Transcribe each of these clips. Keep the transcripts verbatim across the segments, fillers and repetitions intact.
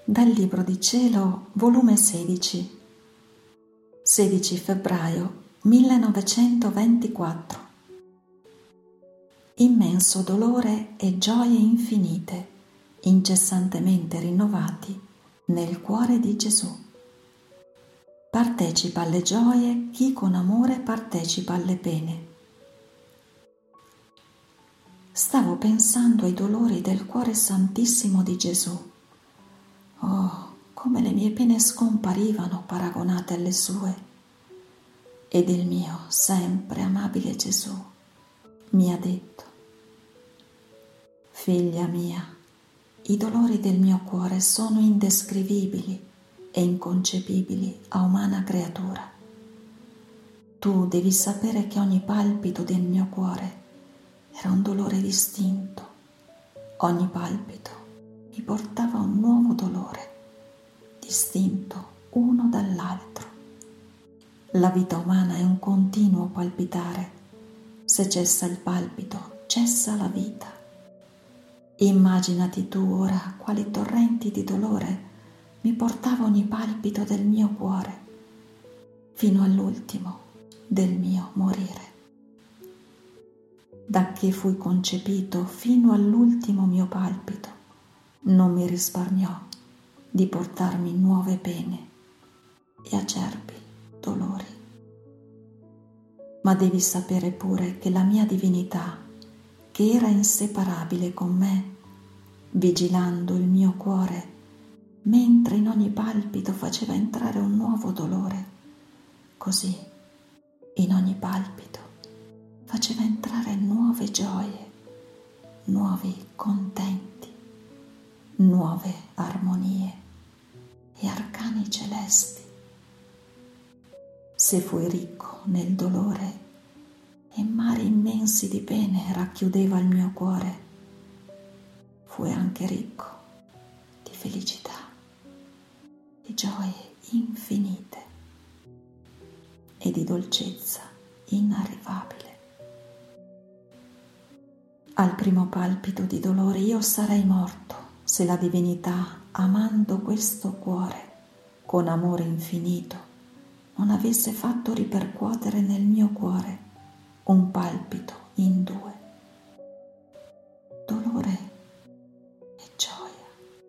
Dal Libro di Cielo, volume sedici, sedici febbraio millenovecentoventiquattro. Immenso dolore e gioie infinite, incessantemente rinnovati nel cuore di Gesù. Partecipa alle gioie chi con amore partecipa alle pene. Stavo pensando ai dolori del cuore santissimo di Gesù. Oh, come le mie pene scomparivano paragonate alle sue. Ed il mio sempre amabile Gesù mi ha detto: figlia mia, i dolori del mio cuore sono indescrivibili e inconcepibili a umana creatura. Tu devi sapere che ogni palpito del mio cuore era un dolore distinto. Ogni palpito mi portava un nuovo dolore, distinto uno dall'altro. La vita umana è un continuo palpitare. Se cessa il palpito, cessa la vita. Immaginati tu ora quali torrenti di dolore mi portava ogni palpito del mio cuore, fino all'ultimo del mio morire. Da che fui concepito fino all'ultimo mio palpito, non mi risparmiò di portarmi nuove pene e acerbi dolori. Ma devi sapere pure che la mia divinità, che era inseparabile con me, vigilando il mio cuore, mentre in ogni palpito faceva entrare un nuovo dolore, così in ogni palpito faceva entrare nuove gioie, nuovi contenti, nuove armonie e arcani celesti. Se fui ricco nel dolore e mari immensi di pene racchiudeva il mio cuore, fui anche ricco di felicità, di gioie infinite e di dolcezza inarrivabile. Al primo palpito di dolore io sarei morto se la divinità, amando questo cuore con amore infinito, non avesse fatto ripercuotere nel mio cuore un palpito in due. Dolore e gioia,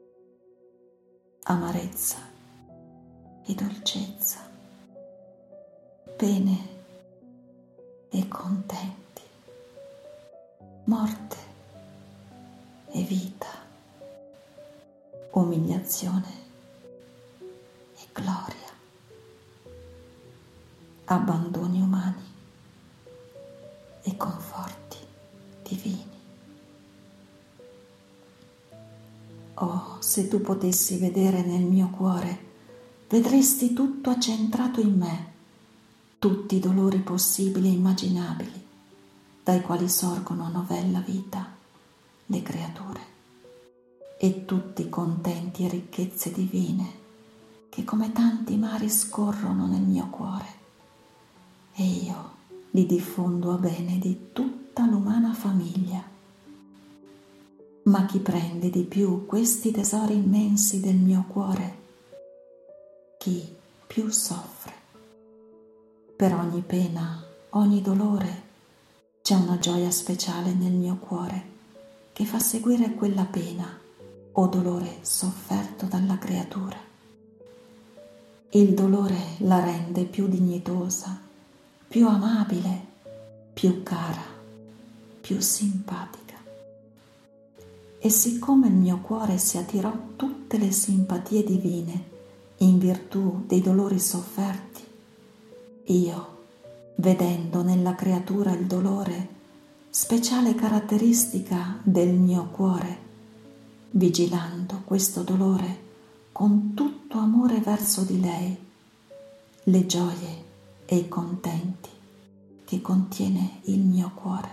amarezza e dolcezza, pene e contenti, morte e vita, umiliazione e gloria, abbandoni umani e conforti divini. Oh, se tu potessi vedere nel mio cuore, vedresti tutto accentrato in me, tutti i dolori possibili e immaginabili, dai quali sorgono a novella vita le creature, e tutti contenti e ricchezze divine che come tanti mari scorrono nel mio cuore, e io li diffondo a bene di tutta l'umana famiglia. Ma chi prende di più questi tesori immensi del mio cuore? Chi più soffre? Per ogni pena, ogni dolore, c'è una gioia speciale nel mio cuore che fa seguire quella pena o dolore sofferto dalla creatura. Il dolore la rende più dignitosa, più amabile, più cara, più simpatica. E siccome il mio cuore si attirò tutte le simpatie divine in virtù dei dolori sofferti, io, vedendo nella creatura il dolore, speciale caratteristica del mio cuore, vigilando questo dolore con tutto amore verso di lei, le gioie e i contenti che contiene il mio cuore.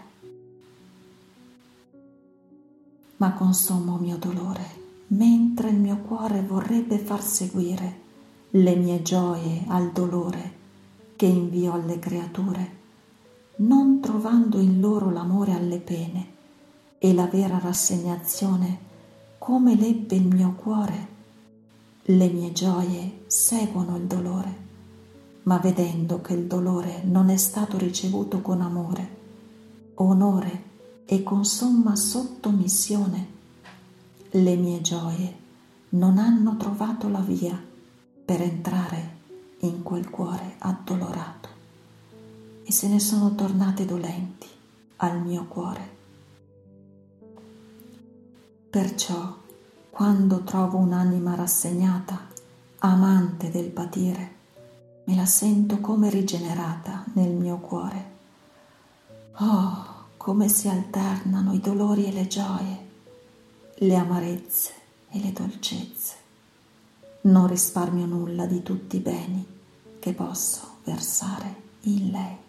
Ma con sommo mio dolore, mentre il mio cuore vorrebbe far seguire le mie gioie al dolore che invio alle creature, non trovando in loro l'amore alle pene e la vera rassegnazione come l'ebbe il mio cuore, Le mie gioie seguono il dolore, ma vedendo che il dolore non è stato ricevuto con amore, onore e con somma sottomissione, le mie gioie non hanno trovato la via per entrare in quel cuore addolorato e se ne sono tornate dolenti al mio cuore. Perciò, quando trovo un'anima rassegnata, amante del patire, me la sento come rigenerata nel mio cuore. Oh, come si alternano i dolori e le gioie, le amarezze e le dolcezze. Non risparmio nulla di tutti i beni che posso versare in lei.